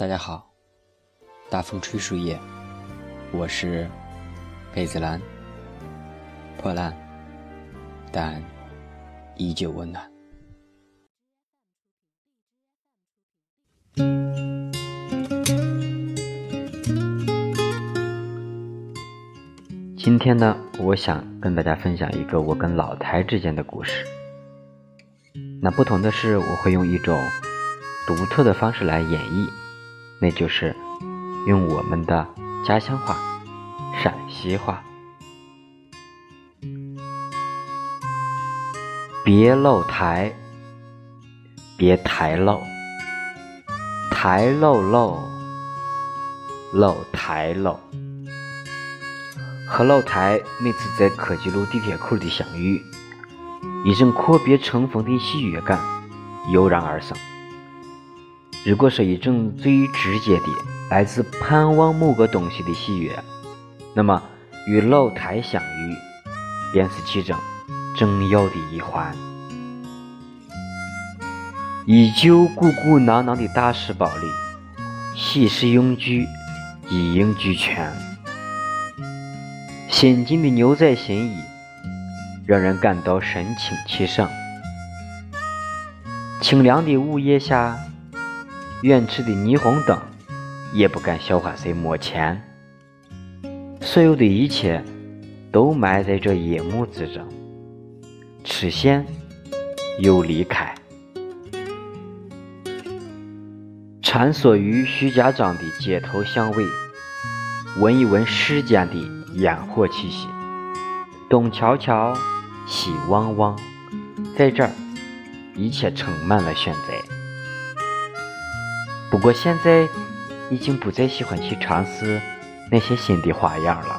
大家好，大风吹树叶，我是被子兰，破烂但依旧温暖。今天呢，我想跟大家分享一个我跟老台之间的故事。那不同的是，我会用一种独特的方式来演绎，那就是用我们的家乡话，陕西话。别露台，别台漏，台漏漏，漏台漏。和露台每次在科技路地铁口的相遇，一阵阔别重逢的喜悦感油然而生。如果是一种最直接的来自盼望某个东西的喜悦，那么与露台相遇便是其中重要的一环。依旧鼓鼓囊囊的大书包里，喜事用具一应俱全，先进的牛仔新衣让人感到神清气爽。清凉的午夜下，远处的霓虹灯也不敢笑话谁没钱。所有的一切都埋在这夜幕之中，视线又离开，穿梭于徐家庄的街头巷尾，闻一闻世间的烟火气息，东瞧瞧西望望，在这儿一切充满了选择。不过现在已经不再喜欢去尝试那些新的花样了，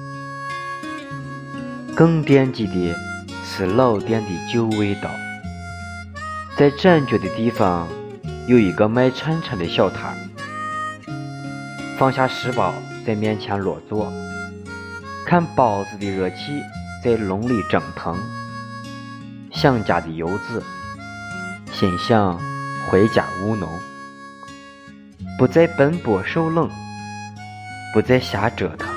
更惦记的是老店的旧味道。在转角的地方有一个卖串串的小摊，放下书包在面前落座，看包子的热气在笼里蒸腾，想家的游子心想回家务农，不再奔波受冷，不再瞎折腾。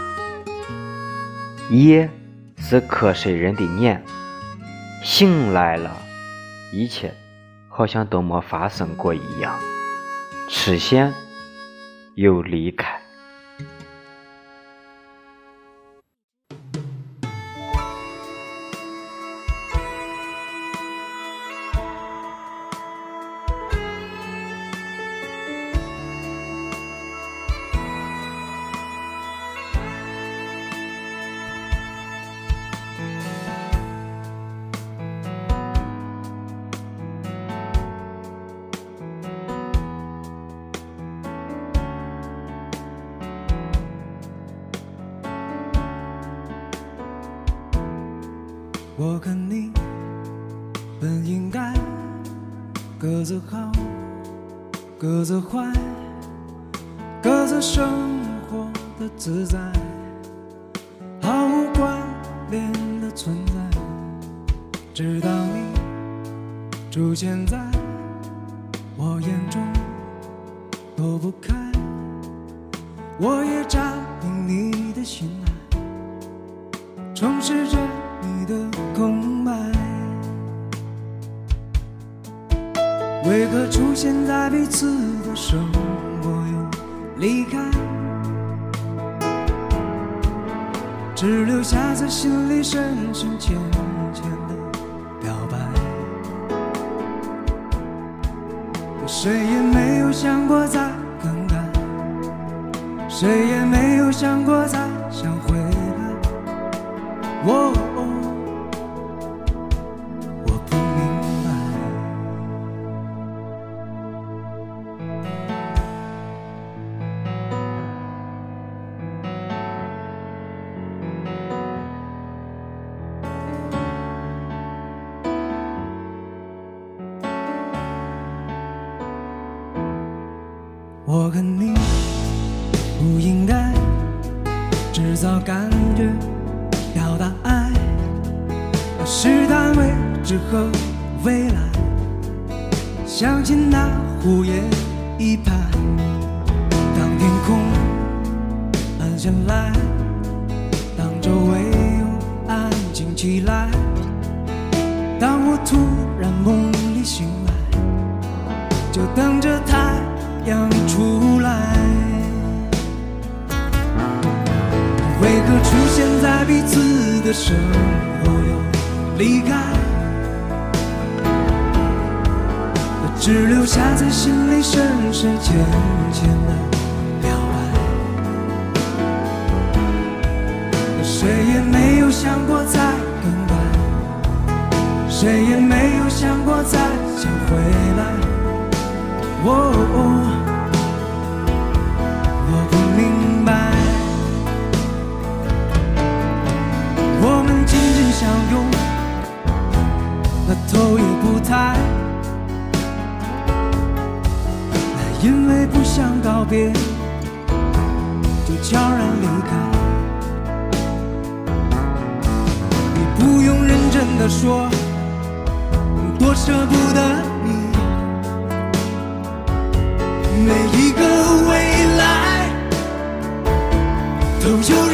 夜是瞌睡人的眼，醒来了，一切好像都没发生过一样，视线又离开。 我跟你本应该各自好，各自坏，各自生活的自在，毫无关联的存在。直到你出现在我眼中，躲不开，我也占领你的心来，充实着你的空白。为何出现在彼此的生活又离开，只留下在心里深深浅浅的表白。谁也没有想过再更改，谁也没有想过再想回来。我不明白。我跟你不应该制造感觉，表达爱，试探未知和未来，相信那胡言一拍， 空暗下来，当周围又安静起来，当我突然梦里醒来，就等着太阳出来。为何出现在彼此的生活又离开，只留下在心里深深浅浅的了解。谁也没有想过再更改，谁也没有想过再想回来。我不明白，我们紧紧相拥，那头也不抬，因为不想告别，就悄然离开。你不用认真地说，多舍不得你。每一个未来都有